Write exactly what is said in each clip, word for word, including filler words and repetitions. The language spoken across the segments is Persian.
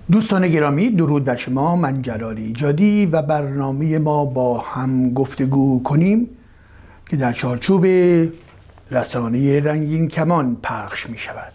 دوستان گرامی، درود بر شما. من جلال ایجادی و برنامه ما با هم گفتگو کنیم که در چارچوب رسانه رنگین کمان پخش می شود.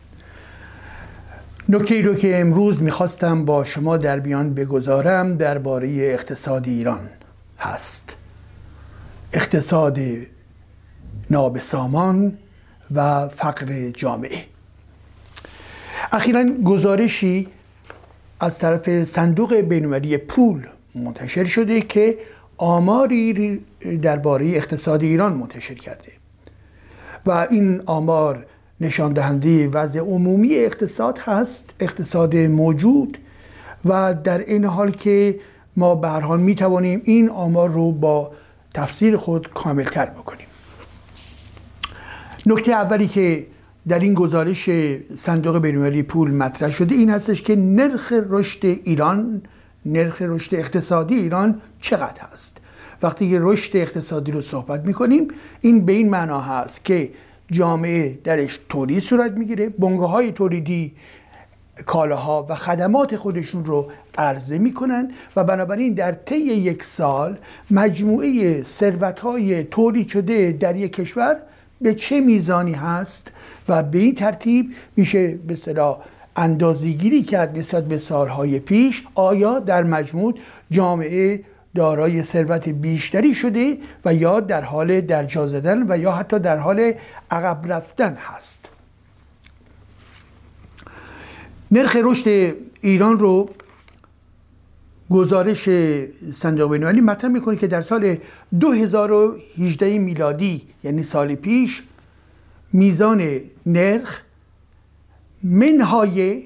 نکته ای رو که امروز میخواستم با شما در بیان بگذارم درباره اقتصاد ایران هست. اقتصاد نابسامان و فقر جامعه. اخیراً گزارشی از طرف صندوق بین‌المللی پول منتشر شده که آماری درباره اقتصاد ایران منتشر کرده و این آمار نشان دهنده وضع عمومی اقتصاد هست، اقتصاد موجود، و در این حال که ما به هر حال می توانیم این آمار رو با تفسیر خود کاملتر بکنیم. نکته اولی که در این گزارش صندوق بین‌المللی پول مطرح شده این هستش که نرخ رشد ایران، نرخ رشد اقتصادی ایران چقدر هست. وقتی که رشد اقتصادی رو صحبت می‌کنیم این به این معنا هست که جامعه درش تولید صورت می‌گیره، بنگاه‌های تولیدی کالاها و خدمات خودشون رو عرضه می‌کنن و بنابراین در طی یک سال مجموعه ثروت‌های تولید شده در یک کشور به چه میزانی هست و به این ترتیب میشه به اصطلاح اندازه‌گیری کرد نسبت به سالهای پیش آیا در مجموع جامعه دارای ثروت بیشتری شده و یا در حال درجا زدن و یا حتی در حال عقب رفتن هست. نرخ رشد ایران رو گزارش صندوق بین‌المللی مطرح میکنه که در سال دو هزار و هجده میلادی، یعنی سال پیش، میزان نرخ منهای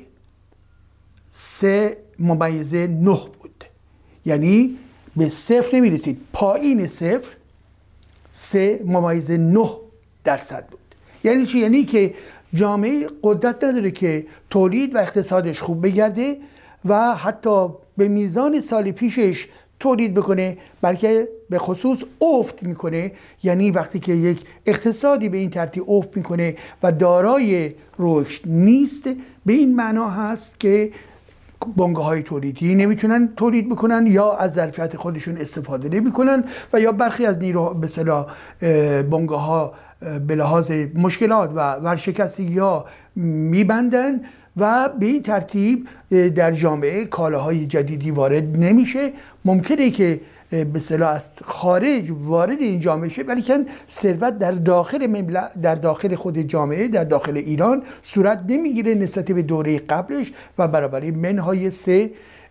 سه ممیزه نه بود، یعنی به صفر نمی رسید، پایین صفر سه ممیزه نه درصد بود. یعنی چی؟ یعنی که جامعه قدرت نداره که تولید و اقتصادش خوب بگرده و حتی به میزان سال پیشش تولید بکنه، بلکه به خصوص افت میکنه. یعنی وقتی که یک اقتصادی به این ترتیب افت میکنه و دارای رشد نیست، به این معنا هست که بنگاه‌های تولیدی نمیتونن تولید بکنن یا از ظرفیت خودشون استفاده نمیکنن و یا برخی از نیرو به اصطلاح بنگاه‌ها به لحاظ مشکلات و ورشکستگی‌ها میبندن و به این ترتیب در جامعه کالاهای جدیدی وارد نمیشه. ممکنه که به اصطلاح از خارج وارد این جامعه شه، ولی که ثروت در داخل مملکت، در داخل خود جامعه، در داخل ایران صورت نمیگیره نسبت به دوره قبلش و برابری منهای سه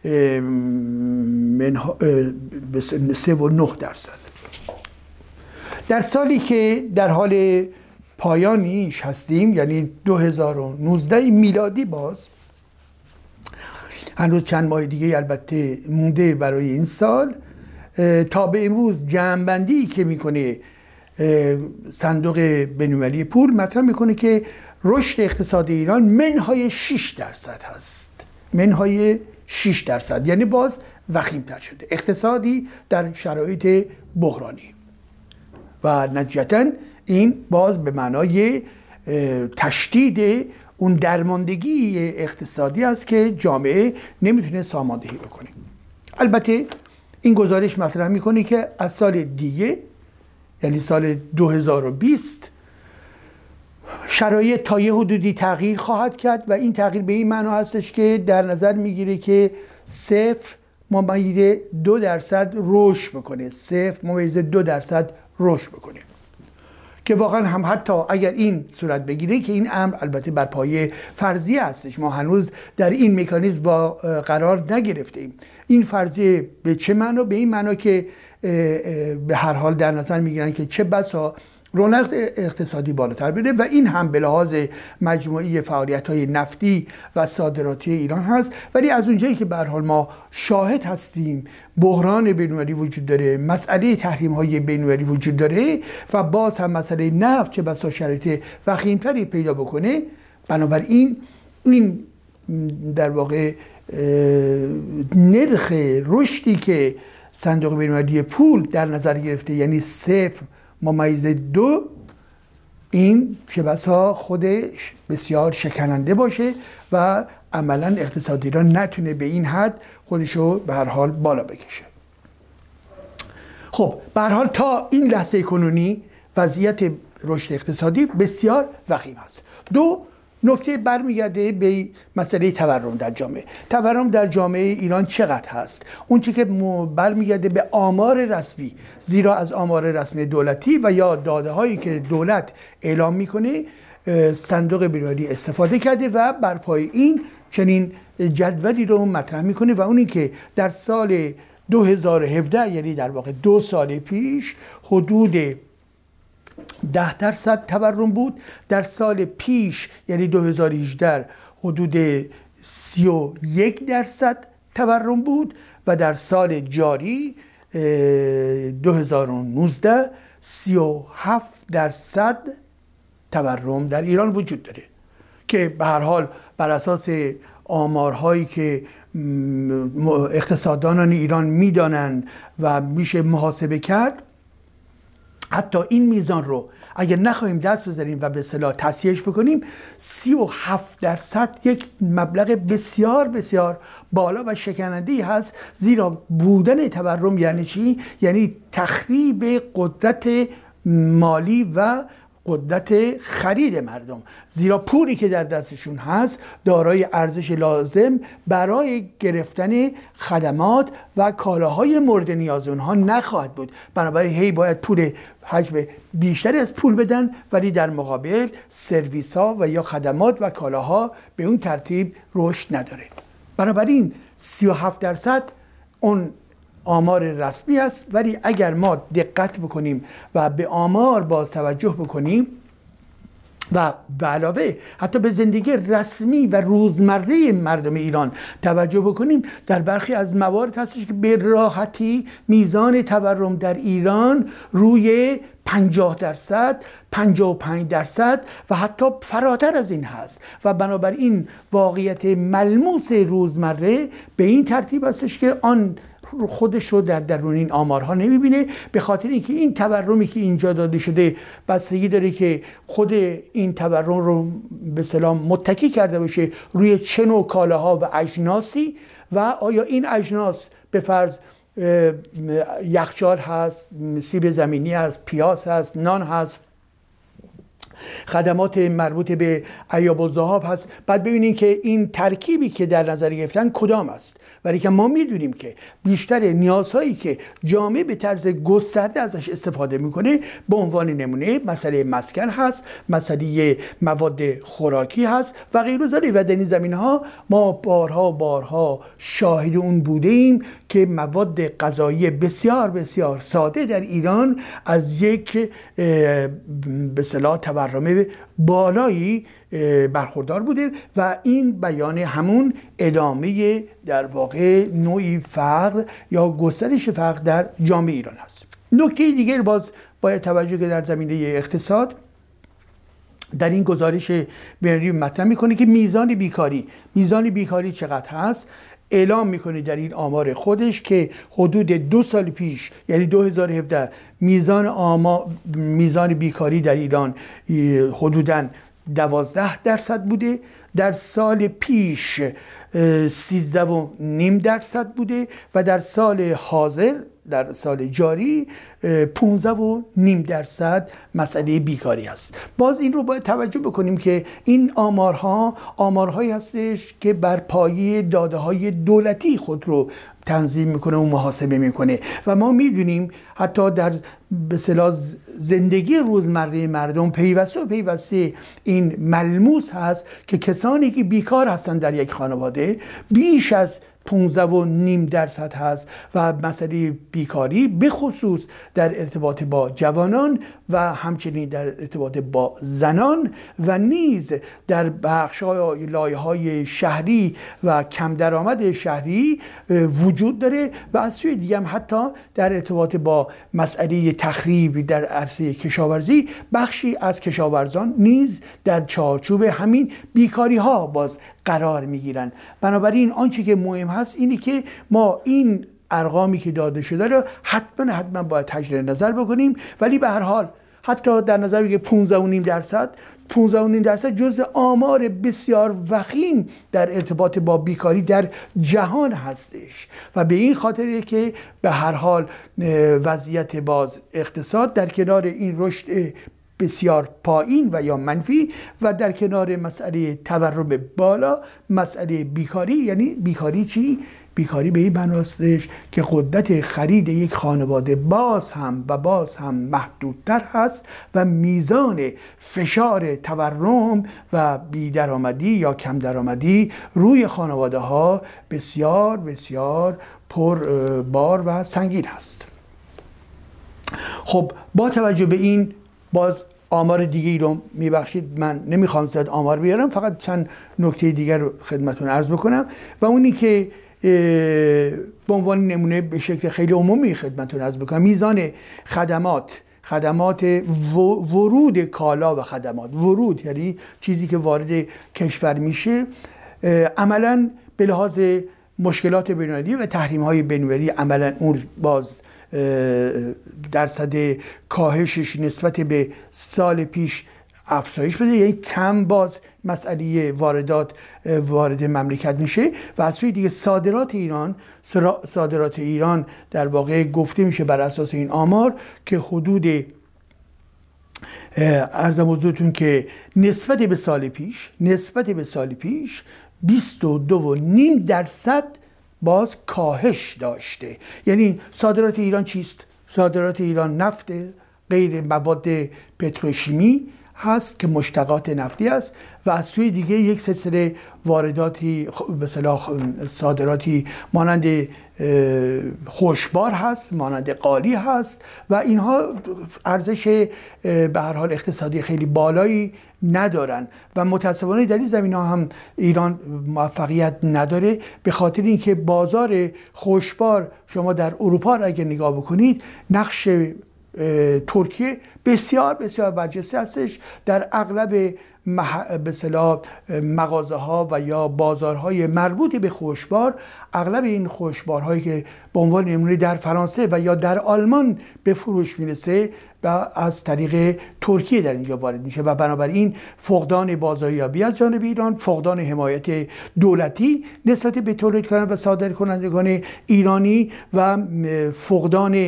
منها سه و نه درصد. در سالی که در حال پایانیش هستیم، یعنی دو هزار و نوزده میلادی، باز هنوز چند ماه دیگه البته مونده برای این سال، تا به امروز جمع‌بندی که میکنه صندوق بین‌المللی پول مطرح میکنه که رشد اقتصاد ایران منهای شش درصد هست. منهای شش درصد، یعنی باز وخیم‌تر شده اقتصادی در شرایط بحرانی و نتیجتاً این باز به معنای تشدید اون درماندگی اقتصادی است که جامعه نمیتونه ساماندهی بکنه. البته این گزارش مطرح میکنه که از سال دیگه، یعنی سال دو هزار و بیست، شرایط تا یه حدودی تغییر خواهد کرد و این تغییر به این معنا هستش که در نظر میگیره که صفر ممیز دو درصد رشد بکنه، صفر ممیز دو درصد رشد بکنه، که واقعا هم حتی اگر این صورت بگیره، که این امر البته بر پایه فرضیه هستش، ما هنوز در این مکانیزم با قرار نگرفتیم. این فرضیه به چه معنا؟ به این معنا که به هر حال در نظر میگیرن که چه بسا رونق اقتصادی بالاتر بره و این هم به لحاظ مجموعی فعالیت‌های نفتی و صادراتی ایران هست. ولی از اونجایی که به هر حال ما شاهد هستیم بحران بین‌المللی وجود داره، مسئله تحریم‌های بین‌المللی وجود داره و باز هم مسئله نفت چه بسا شرایط وخیم‌تری پیدا بکنه، بنابراین این در واقع نرخ رشدی که صندوق بین‌المللی پول در نظر گرفته، یعنی صفر ممیز دو، این چه بسا خودش بسیار شکننده باشه و عملا اقتصاد ایران نتونه به این حد خودشو به هر حال بالا بکشه. خب به هر حال تا این لحظه کنونی وضعیت رشد اقتصادی بسیار وخیم است. دو نکته برمیگرده به مسئله تورم در جامعه. تورم در جامعه ایران چقدر هست؟ اون چیزی که برمیگرده به آمار رسمی، زیرا از آمار رسمی دولتی و یا داده هایی که دولت اعلام میکنه صندوق بیماری استفاده کرده و بر پای این چنین جدولی رو مطرح میکنه و اون این که در سال دو هزار و هفده یعنی در واقع دو سال پیش حدود ده درصد تورم بود، در سال پیش یعنی دو هزار و هجده حدود سی و یک درصد تورم بود و در سال جاری دو هزار و نوزده سی و هفت درصد تورم در ایران وجود داره که به هر حال بر اساس آمارهایی که اقتصاددانان ایران میدانن و میشه محاسبه کرد، حتی این میزان رو اگر نخواهیم دست بزنیم و به اصطلاح تصحیحش بکنیم، سی و هفت درصد یک مبلغ بسیار بسیار بالا و شکننده‌ای هست. زیرا بودن تورم یعنی چی؟ یعنی تخریب قدرت مالی و قدرت خرید مردم، زیرا پولی که در دستشون هست دارای ارزش لازم برای گرفتن خدمات و کالاهای مورد نیاز اونها نخواهد بود. بنابراین هی باید پول حجم بیشتری از پول بدن، ولی در مقابل سرویس ها و یا خدمات و کالاها به اون ترتیب رشد نداره. بنابراین سی و هفت درصد اون آمار رسمی است، ولی اگر ما دقت بکنیم و به آمار باز توجه بکنیم و به علاوه حتی به زندگی رسمی و روزمره مردم ایران توجه بکنیم، در برخی از موارد هستش که به راحتی میزان تورم در ایران روی پنجاه درصد، پنجاه و پنج درصد و حتی فراتر از این هست و بنابراین واقعیت ملموس روزمره به این ترتیب هستش که آن خودش رو در درون این آمارها نمیبینه، به خاطر اینکه این تورمی که اینجا داده شده بستگی داره که خود این تورم رو به اصطلاح متکی کرده باشه روی چه نوع کالاها و اجناسی و آیا این اجناس به فرض یخچال هست، سیب زمینی هست، پیاز هست، نان هست، خدمات مربوط به ایاب الذهاب هست. بعد ببینید که این ترکیبی که در نظر گرفتن کدام است، ولی که ما میدونیم که بیشتر نیازهایی که جامعه به طرز گسترده ازش استفاده میکنه به عنوان نمونه مسئله مسکن هست، مسئله مواد خوراکی هست و غیر و ذالک و در این زمینه‌ها ما بارها بارها شاهد اون بوده ایم که مواد غذایی بسیار بسیار ساده در ایران از یک به اصطلاح تورم بالایی برخوردار بوده و این بیان همون ادامه در واقع نوعی فقر یا گسترش فقر در جامعه ایران هست. نکته دیگر باز باید توجه که در زمینه اقتصاد در این گزارش بیانیه مطرح میکنه که میزان بیکاری میزان بیکاری چقدر هست. اعلام میکنه در این آمار خودش که حدود دو سال پیش یعنی دو هزار و هفده میزان آما میزان بیکاری در ایران حدوداً دوازده درصد بوده، در سال پیش سیزده و نیم درصد بوده و در سال حاضر در سال جاری پونزده و نیم درصد مسئله بیکاری است. باز این رو باید توجه بکنیم که این آمارها آمارهایی هستش که بر پایه داده های دولتی خود رو تنظیم میکنه و محاسبه میکنه و ما میدونیم حتی در به اصطلاح زندگی روزمره مردم پیوسته و پیوسته این ملموس هست که کسانی که بیکار هستند در یک خانواده بیش از پونزده و نیم درصد هست و مسئله بیکاری به خصوص در ارتباط با جوانان و همچنین در ارتباط با زنان و نیز در بخش‌های لایه‌های شهری و کم درآمد شهری وجود داره و از سوی دیگه هم حتی در ارتباط با مسئله تخریب در عرصه کشاورزی بخشی از کشاورزان نیز در چارچوب همین بیکاری ها باز قرار میگیرن. بنابراین آنچه که مهم هست اینه که ما این ارقامی که داده شده رو حتما حتما باید تجدید نظر بکنیم، ولی به هر حال حتی در نظر بگیریم پونزده و نیم درصد پانزده و نیم درصد جزء آمار بسیار وخیم در ارتباط با بیکاری در جهان هستش و به این خاطره که به هر حال وضعیت باز اقتصاد در کنار این رشد بسیار پایین و یا منفی و در کنار مسئله تورم بالا، مسئله بیکاری، یعنی بیکاری چی؟ بیکاری به این معناستش که قدرت خرید یک خانواده باز هم و باز هم محدودتر هست و میزان فشار تورم و بی‌درآمدی یا کم درآمدی روی خانواده ها بسیار بسیار پر بار و سنگین هست. خب با توجه به این باز آمار دیگه رو میبخشید من نمیخوام زیاد آمار بیارم، فقط چند نکته دیگر رو خدمتون عرض بکنم و اونی که به عنوان نمونه به شکل خیلی عمومی خدمتون عرض بکنم. میزان خدمات خدمات ورود کالا و خدمات، ورود یعنی چیزی که وارد کشور میشه، عملاً به لحاظ مشکلات بین‌المللی و تحریم‌های بین‌المللی عملاً اون باز درصد کاهشش نسبت به سال پیش افزایش بده، یعنی کم باز مسئله واردات وارد مملکت میشه و از سوی دیگه صادرات ایران صادرات ایران در واقع گفته میشه بر اساس این آمار که حدود عرضم حضورتون که نسبت به سال پیش نسبت به سال پیش بیست و دو و نیم درصد باز کاهش داشته. یعنی صادرات ایران چیست؟ صادرات ایران نفت، غیر مواد پتروشیمی هست که مشتقات نفتی است و از سوی دیگه یک سلسله وارداتی به اصطلاح صادراتی مانند خوشبار هست، مانند قالی هست و اینها ارزش به هر حال اقتصادی خیلی بالایی ندارن و متاسفانه در این زمینه هم ایران موفقیت نداره، به خاطر اینکه بازار خوشبار شما در اروپا را اگه نگاه بکنید نقش ترکیه بسیار بسیار برجسته هستش. در اغلب مح... به اصطلاح مغازه ها و یا بازارهای مربوط به خوشبار، اغلب این خوشبارهایی که به عنوان نمونه در فرانسه و یا در آلمان به فروش میرسه و از طریق ترکیه در اینجا وارد میشه و بنابراین فقدان بازاریابی از جانب ایران، فقدان حمایت دولتی نسبت به تولید کننده و صادر کنندگان ایرانی و فقدان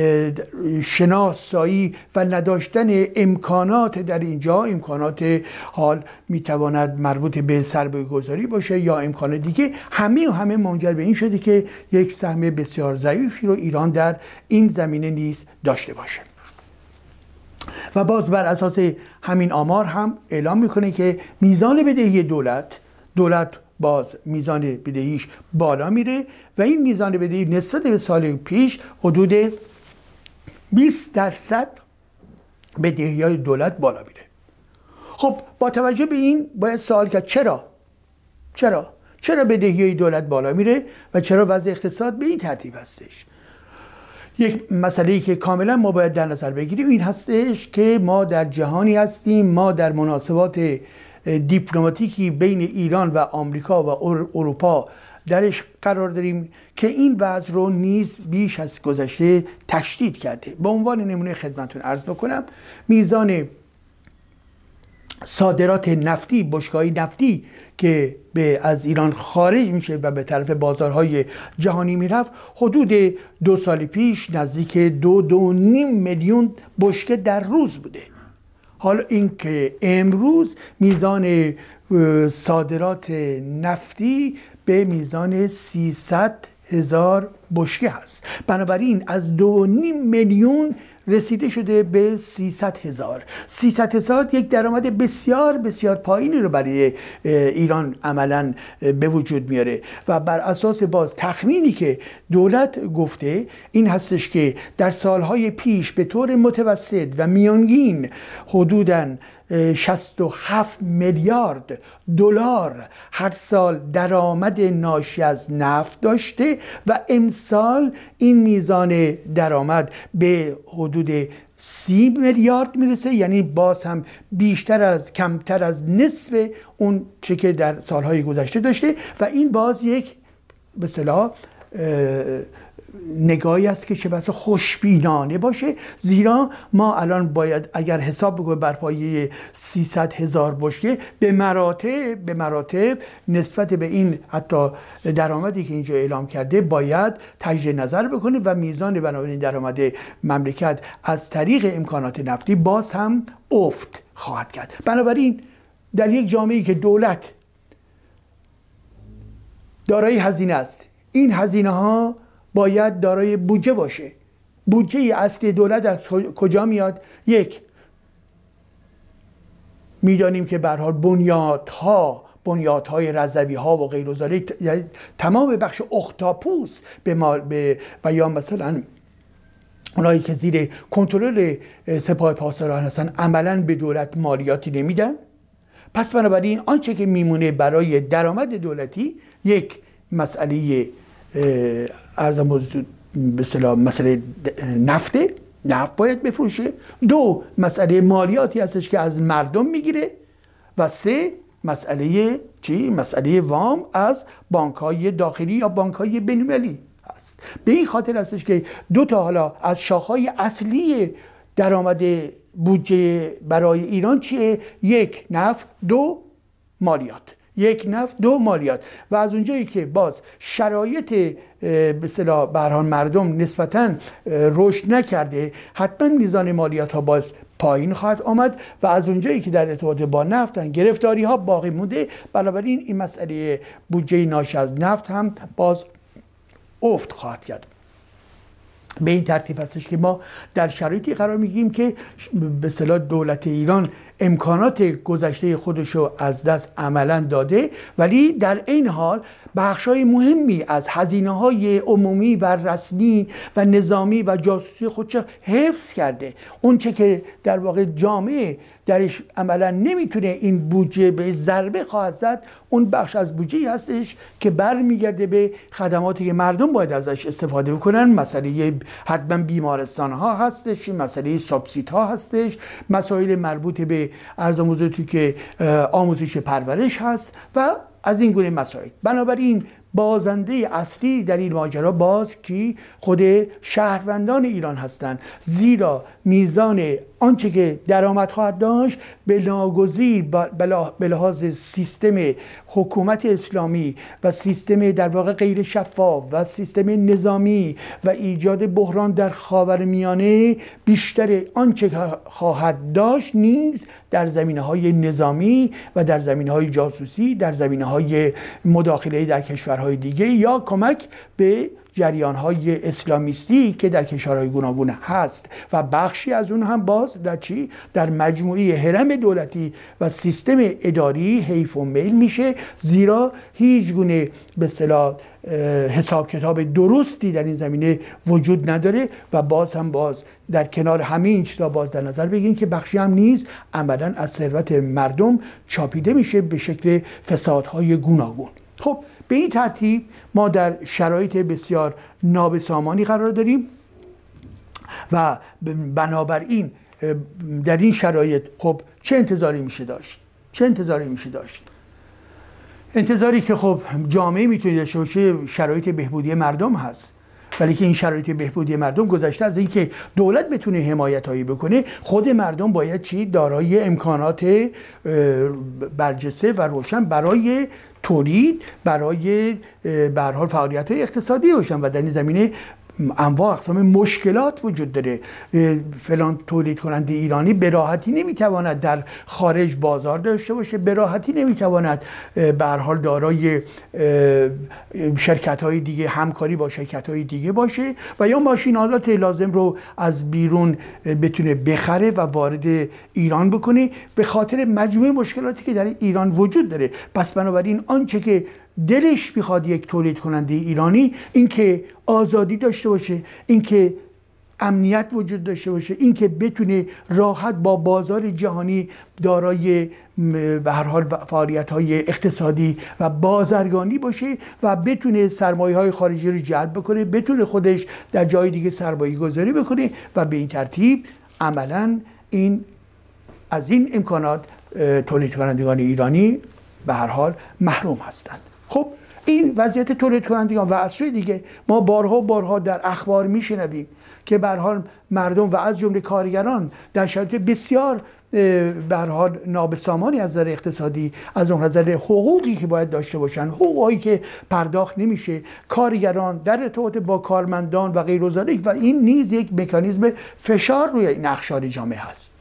شناسایی و نداشتن امکانات در اینجا، امکانات حال میتواند مربوط به سرمایه گذاری باشه یا امکان دیگه، همه و همه منجر به این شده که یک سهم بسیار ضعیفی رو ایران در این زمینه نیز داشته باشه. و باز بر اساس همین آمار هم اعلام میکنه که میزان بدهی دولت دولت باز میزان بدهیش بالا میره و این میزان بدهی نسبت به سال پیش حدود بیست درصد بدهی های دولت بالا میره. خب با توجه به این باید سوال کرد چرا؟ چرا؟ چرا بدهی های دولت بالا میره و چرا وضع اقتصاد به این ترتیب هستش؟ یک مسئله‌ای که کاملا ما باید در نظر بگیریم این هستش که ما در جهانی هستیم، ما در مناسبات دیپلماتیکی بین ایران و آمریکا و اروپا درش قرار داریم که این وضع رو نیز بیش از گذشته تشدید کرده. به عنوان نمونه خدمتتون عرض بکنم میزان صادرات نفتی، بشکه‌های نفتی که به از ایران خارج میشه و به طرف بازارهای جهانی میرفت حدود دو سال پیش نزدیک دو دو نیم میلیون بشکه در روز بوده. حالا این که امروز میزان صادرات نفتی به میزان سیصد هزار بشکه هست. بنابراین از دو نیم میلیون رسیده شده به سیصد هزار. سیصد هزار یک درآمد بسیار بسیار پایینی رو برای ایران عملاً به وجود میاره و بر اساس باز تخمینی که دولت گفته این هستش که در سالهای پیش به طور متوسط و میانگین حدوداً شصت و هفت میلیارد دلار هر سال درآمد ناشی از نفت داشته و امسال این میزان درآمد به حدود سی میلیارد میرسه، یعنی باز هم بیشتر از کمتر از نصف اون چه که در سالهای گذشته داشته و این باز یک به اصطلاح نگاهی است که چه بسا خوشبینانه باشه، زیرا ما الان باید اگر حساب بکنیم بر پایه سیصد هزار بشکه به مراتب به مراتب نسبت به این حتی درآمدی که اینجا اعلام کرده باید تجدید نظر بکنیم و میزان بنابراین درآمد مملکت از طریق امکانات نفتی باز هم افت خواهد کرد. بنابراین در یک جامعه‌ای که دولت دارای هزینه است، این هزینه ها باید دارای بودجه باشه. بودجه اصلی دولت از کجا میاد؟ یک، میدانیم که به هر حال بنیادها بنیادهای رضوی ها و غیر ذالک، یعنی تمام بخش اختاپوس به مال به و یا مثلا اونایی که زیر کنترل سپاه پاسداران هستن عملاً به دولت مالیاتی نمیدن. پس بنابراین آنچه که میمونه برای درآمد دولتی یک مسئله ارزم به اصطلاح مسئله نفته، نفت باید بفروشه. دو، مسئله مالیاتی هستش که از مردم میگیره. و سه، مسئله چی؟ مسئله وام از بانک‌های داخلی یا بانک‌های بین‌المللی هست. به این خاطر هستش که دو تا حالا از شاخه‌های اصلی درآمد بودجه برای ایران چیه؟ یک، نفت. دو، مالیات. یک، نفت. دو، مالیات. و از اونجایی که باز شرایط به اصطلاح به هر حال مردم نسبتاً رشد نکرده، حتما میزان مالیات ها باز پایین خواهد آمد و از اونجایی که در ارتباط با نفتن گرفتاری ها باقی مونده، بنابراین این مسئله بودجه ناشی از نفت هم باز افت خواهد کرد. به این ترتیب هستش که ما در شرایطی قرار میگیریم که به اصطلاح دولت ایران امکانات گذشته خودش رو از دست عملا داده، ولی در این حال بخشای مهمی از هزینه‌های عمومی و رسمی و نظامی و جاسوسی خودش حفظ کرده. اون چه که در واقع جامعه درش عملا نمیتونه این بودجه به ضربه خواهد زد، اون بخش از بودجه هستش که برمیگرده به خدماتی که مردم باید ازش استفاده بکنن. مسئله حتما بیمارستان ها هستش، مسئله سابسید ها هستش، مسائل مربوط به ارزم حضورتون که آموزش پرورش هست و از این گونه مسائل. بنابراین بازنده اصلی در این ماجرا باز کی؟ خود شهروندان ایران هستند، زیرا میزان آنچه که درآمد خواهد داشت به ناگزیر به لحاظ سیستم حکومت اسلامی و سیستم در واقع غیر شفاف و سیستم نظامی و ایجاد بحران در خاورمیانه بیشتر آنچه خواهد داشت نیز در زمینه‌های نظامی و در زمینه‌های جاسوسی، در زمینه‌های مداخله در کشورهای دیگه یا کمک به جریان‌های اسلامیستی که در کشورهای گوناگون هست و بخشی از اون هم باز در چی؟ در مجموعه هرم دولتی و سیستم اداری حیف و میل میشه، زیرا هیچ گونه به اصطلاح حساب کتاب درستی در این زمینه وجود نداره و باز هم باز در کنار همه این چیزا باز در نظر بگیریم که بخشی هم نیز عملاً از ثروت مردم چاپیده میشه به شکل فسادهای گوناگون. خب به این ترتیب ما در شرایط بسیار نابسامانی قرار داریم و بنابراین در این شرایط خب چه انتظاری میشه داشت؟ چه انتظاری میشه داشت؟ انتظاری که خب جامعه میتونه داشته باشه شرایط بهبودی مردم هست، ولی که این شرایط بهبودی مردم گذشته از اینکه دولت بتونه حمایتایی بکنه، خود مردم باید چی؟ دارای امکانات برجسته و روشن برای تولید، برای به هر حال فعالیت‌های اقتصادی باشن و در این زمینه انواع اقسام مشکلات وجود داره. فلان تولید کننده ایرانی به راحتی نمیتواند در خارج بازار داشته باشه، به راحتی نمیتواند به هر حال دارای شرکت‌های دیگه همکاری با شرکت‌های دیگه باشه و یا ماشین‌آلات لازم رو از بیرون بتونه بخره و وارد ایران بکنه به خاطر مجموعه مشکلاتی که در ایران وجود داره. پس بنابراین آنچه که دلش میخواد یک تولید کننده ایرانی، اینکه آزادی داشته باشه، اینکه امنیت وجود داشته باشه، اینکه بتونه راحت با بازار جهانی دارای به هر حال فعالیت‌های اقتصادی و بازرگانی باشه و بتونه سرمایه‌های خارجی رو جلب بکنه، بتونه خودش در جای دیگه سرمایه گذاری بکنه و به این ترتیب عملاً این از این امکانات تولید کنندگان ایرانی به هر حال محروم هستند. خب این وضعیت تولید کنندگان. و از سوی دیگه ما بارها بارها در اخبار میشنویم که به هر حال مردم و از جمله کارگران در شرایط بسیار به هر حال نابسامانی از نظر اقتصادی، از اون نظر حقوقی که باید داشته باشن، حقوقی که پرداخت نمیشه، کارگران در ارتباط با کارمندان و غیر و ذالک، و این نیز یک مکانیزم فشار روی این اقشار جامعه هست.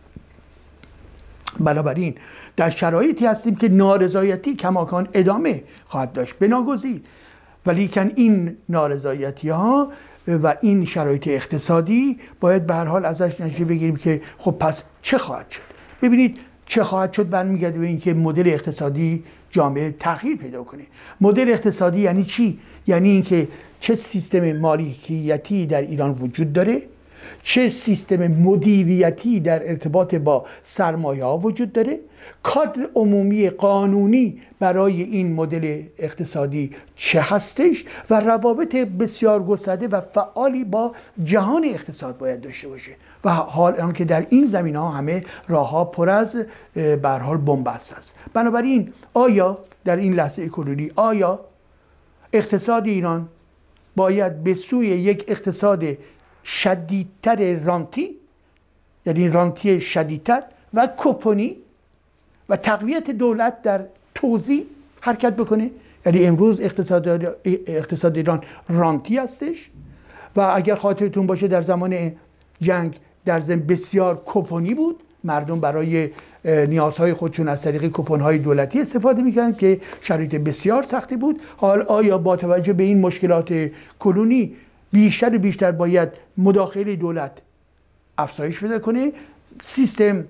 بنابراین در شرایطی هستیم که نارضایتی کماکان ادامه خواهد داشت بناگزیر، ولیکن این نارضایتی ها و این شرایط اقتصادی باید به هر حال ازش نتیجه بگیریم که خب پس چه خواهد شد. ببینید چه خواهد شد برمیگرده به اینکه مدل اقتصادی جامعه تغییر پیدا کنه. مدل اقتصادی یعنی چی؟ یعنی اینکه چه سیستم مالکیتی در ایران وجود داره، چه سیستم مدیریتی در ارتباط با سرمایه‌ها وجود داره، کادر عمومی قانونی برای این مدل اقتصادی چه هستش و روابط بسیار گسترده و فعالی با جهان اقتصاد باید داشته باشه. و حال آنکه در این زمینه‌ها همه راه‌ها پر از به هر حال بن‌بست است. بنابراین آیا در این لحظه کنونی آیا اقتصاد ایران باید به سوی یک اقتصاد شدیدتر رانتی، یعنی رانتی شدیدتر و کوپنی و تقویت دولت در توزیع حرکت بکنه؟ یعنی امروز اقتصاد اقتصاد ایران رانتی هستش و اگر خاطرتون باشه در زمان جنگ در ضمن بسیار کوپنی بود، مردم برای نیازهای خودشون از طریق کوپن‌های دولتی استفاده می‌کردن که شرایط بسیار سختی بود. حال آیا با توجه به این مشکلات کنونی بیشتر و بیشتر باید مداخله دولت افزایش پیدا کنه، سیستم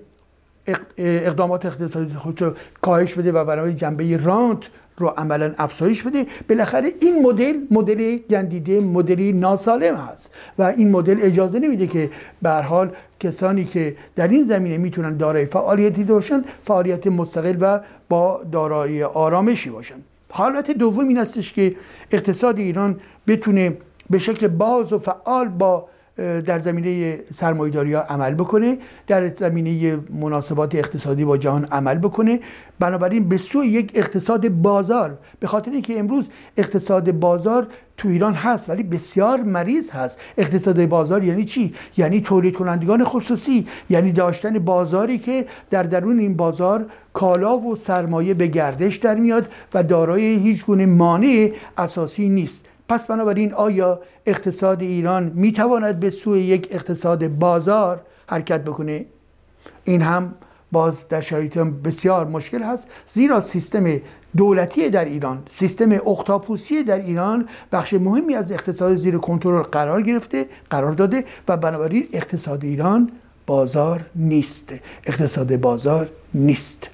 اقدامات اقتصادی خودش رو کاهش بده و برای جنبه رانت رو عملا افزایش بده؟ بالاخره این مدل مدل گندیده، مدلی ناسالم هست و این مدل اجازه نمیده که به هر حال کسانی که در این زمینه میتونن دارای فعالیتی باشن فعالیت مستقل و با دارایی آرامشی باشن. حالت دوم این هستش که اقتصاد ایران بتونه به شکل باز و فعال با در زمینه سرمایه‌داری ها عمل بکنه، در زمینه مناسبات اقتصادی با جهان عمل بکنه، بنابراین به سوی یک اقتصاد بازار. به خاطر اینکه امروز اقتصاد بازار تو ایران هست ولی بسیار مریض هست. اقتصاد بازار یعنی چی؟ یعنی تولید کنندگان خصوصی، یعنی داشتن بازاری که در درون این بازار کالا و سرمایه به گردش در میاد و دارای هیچ گونه مانع اساسی نیست. پس بنابراین آیا اقتصاد ایران میتواند به سوی یک اقتصاد بازار حرکت بکنه؟ این هم باز در شرایط بسیار مشکل هست، زیرا سیستم دولتی در ایران، سیستم اختاپوسی در ایران بخش مهمی از اقتصاد زیر کنترل قرار گرفته، قرار داده و بنابراین اقتصاد ایران بازار نیست، اقتصاد بازار نیست.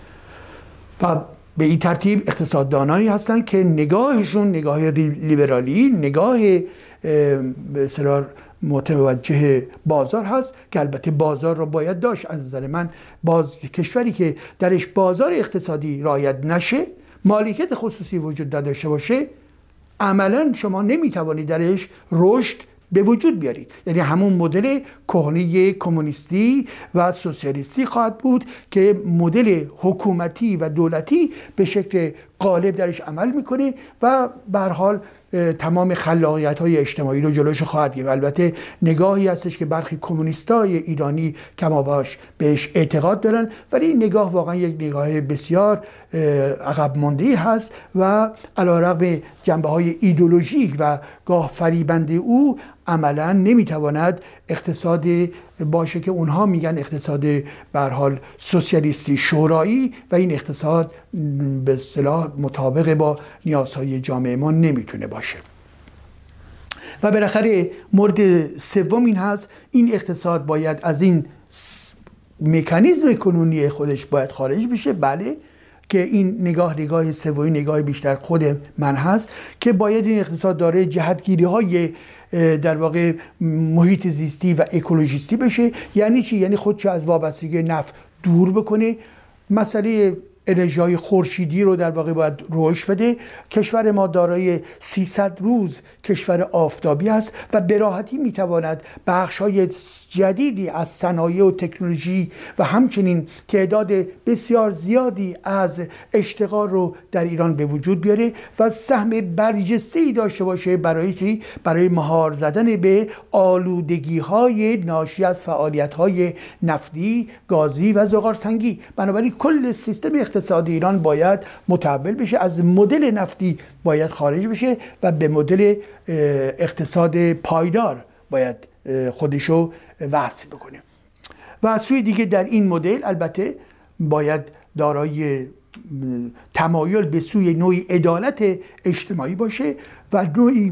و به این ترتیب اقتصاددانانی هستن که نگاهشون نگاه لیبرالی، نگاه به اصطلاح متوجه بازار هست که البته بازار رو باید داشت. از نظر من باز کشوری که درش بازار اقتصادی رعایت نشه، مالکیت خصوصی وجود نداشته باشه، عملا شما نمیتوانید درش رشد به وجود بیارید. یعنی همون مدل کهنه کمونیستی و سوسیالیستی خواهد بود که مدل حکومتی و دولتی به شکل غالب درش عمل میکنه و به هر حال تمام خلاقیت های اجتماعی رو جلوش خواهد گرفت. البته نگاهی هستش که برخی کمونیستای ایرانی کماباش بهش اعتقاد دارن، ولی این نگاه واقعا یک نگاه بسیار عقب مانده هست و علیرغم جنبه های ایدئولوژیک و گاه فریبنده او عملا نمیتواند اقتصاد باشه که اونها میگن اقتصاد به هر حال سوسیالیستی شورایی و این اقتصاد به اصطلاح مطابق با نیازهای جامعه ما نمیتونه باشه. و بالاخره مورد سوم این هست، این اقتصاد باید از این مکانیزم کنونی خودش باید خارج بشه. بله که این نگاه نگاه سومی نگاه بیشتر خود من هست که باید این اقتصاد داره جهتگیری های در واقع محیط زیستی و اکولوژیستی بشه. یعنی چی؟ یعنی خودشو از وابستگی نفت دور بکنه. مسئله انرژی‌های خورشیدی رو در واقع باید رشد بده. کشور ما دارای سیصد روز کشور آفتابی است و به راحتی میتواند بخش‌های جدیدی از صنایع و تکنولوژی و همچنین تعداد بسیار زیادی از اشتغال رو در ایران به وجود بیاره و سهم برجسته‌ای داشته باشه برای برای مهار زدن به آلودگی‌های ناشی از فعالیت‌های نفتی، گازی و زغالسنگی. بنابراین کل سیستم اقتصادی ایران باید متحول بشه، از مدل نفتی باید خارج بشه و به مدل اقتصاد پایدار باید خودشو وصل بکنه. و از سوی دیگه در این مدل البته باید دارای تمایل به سوی نوعی عدالت اجتماعی باشه و نوعی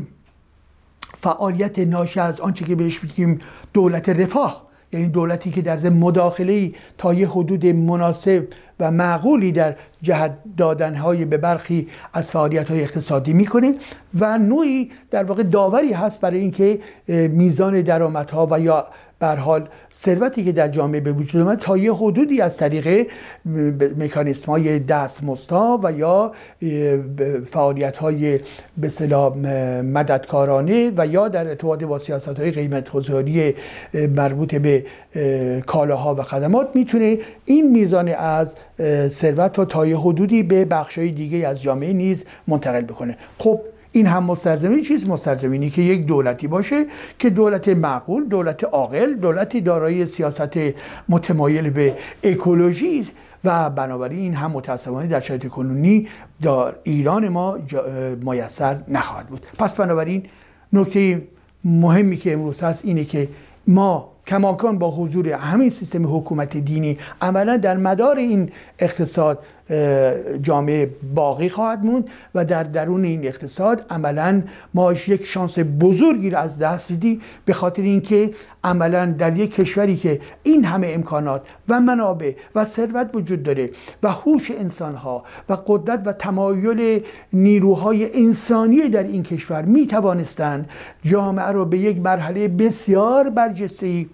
فعالیت ناشی از آنچه که بهش میگیم دولت رفاه، یعنی دولتی که در ضمن مداخله‌ای تا یه حدود مناسب و معقولی در جهت دادنهای به برخی از فعالیت‌های اقتصادی میکنه و نوعی در واقع داوری هست برای اینکه میزان درآمدها و یا به هر حال ثروتی که در جامعه به وجود اومد تا یه حدودی از طریق مکانیزم‌های دستمزدها و یا فعالیت‌های به اصطلاح مددکارانه و یا در ارتباط با سیاست‌های قیمت‌گذاری مربوط به کالاها و خدمات میتونه این میزان از ثروت رو تا یه حدودی به بخش‌های دیگه از جامعه نیز منتقل بکنه. خب این هم مستلزمین چیز مستلزمینی که یک دولتی باشه که دولت معقول، دولت عاقل، دولتی دارای سیاست متمایل به اکولوژی و بنابراین این هم متأسفانه در شرایط کنونی در ایران ما میسر نخواهد بود. پس بنابراین نکته مهمی که امروز هست اینه که ما کماکان با حضور همین سیستم حکومت دینی عملا در مدار این اقتصاد جامعه باقی خواهد موند و در درون این اقتصاد عملا ما یک شانس بزرگی را از دست دیدیم، به خاطر اینکه عملا در یک کشوری که این همه امکانات و منابع و ثروت وجود داره و هوش انسانها و قدرت و تمایل نیروهای انسانی در این کشور می توانستند جامعه رو به یک مرحله بسیار برجسته‌ای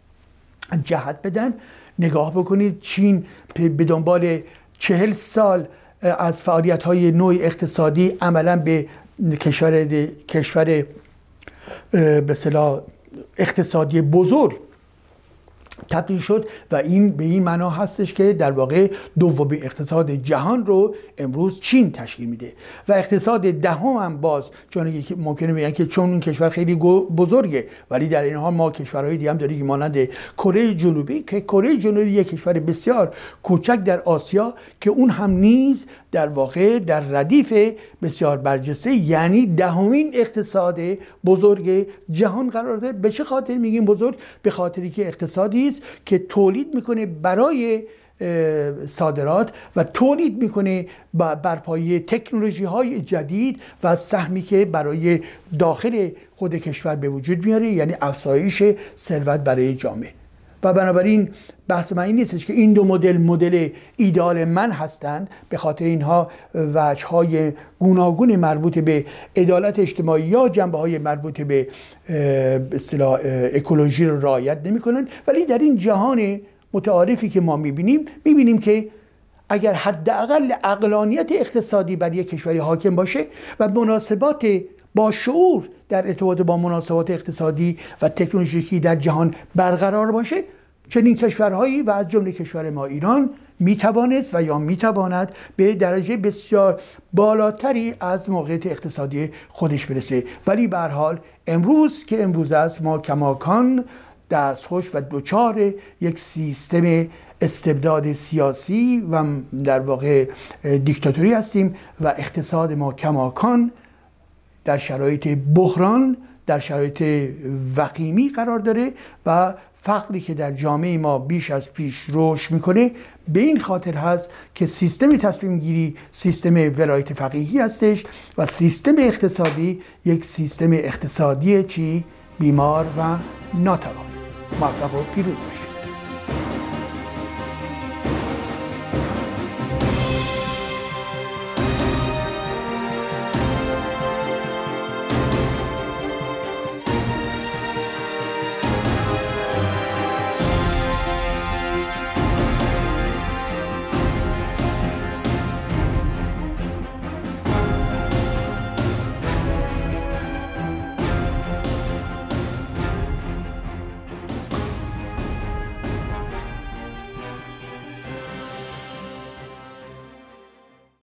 جهت بدن. نگاه بکنید چین به دنبال چهل سال از فعالیت‌های نوع اقتصادی عملاً به کشور کشور به اصطلاح اقتصادی بزرگ تبدیل شد و این به این معنا هستش که در واقع دومین اقتصاد جهان رو امروز چین تشکیل میده و اقتصاد دهم هم باز چون ممکنه بگن که چون این کشور خیلی بزرگه ولی در این حال ما کشورهای دیگه هم داریم که مانند کره جنوبی که کره جنوبی یک کشور بسیار کوچک در آسیا که اون هم نیز در واقع در ردیف بسیار برجسته یعنی دهمین اقتصاد بزرگ جهان قرار داره. به چه خاطر میگیم بزرگ؟ به خاطری که اقتصادی است که تولید میکنه برای صادرات و تولید میکنه بر پایه تکنولوژی های جدید و سهمی که برای داخل خود کشور به وجود میاره، یعنی افزایش ثروت برای جامعه. و بنابراین بحث من این نیستش که این دو مدل مدل ایدئال من هستند، به خاطر اینها وجه‌های گوناگون مربوط به عدالت اجتماعی یا جنبه‌های مربوط به اصطلاح اکولوژی رو رعایت نمی‌کنند. ولی در این جهان متعارفی که ما می‌بینیم می‌بینیم که اگر حداقل عقلانیت اقتصادی بر یک کشوری حاکم باشه و مناسبات با شعور در ارتباط با مناسبات اقتصادی و تکنولوژیکی در جهان برقرار باشه، چنین کشورهایی و از جمله کشور ما ایران میتوانست و یا میتواند به درجه بسیار بالاتری از موقعیت اقتصادی خودش برسه. ولی به هر حال امروز که امروز است ما کماکان دستخوش و دوچار یک سیستم استبداد سیاسی و در واقع دیکتاتوری هستیم و اقتصاد ما کماکان در شرایط بحران، در شرایط وخیمی قرار داره و فقری که در جامعه ما بیش از پیش رشد میکنه به این خاطر هست که سیستم تصمیم گیری سیستم ولایت فقیهی هستش و سیستم اقتصادی یک سیستم اقتصادی چی؟ بیمار و ناتوان. موفق و پیروز باشید.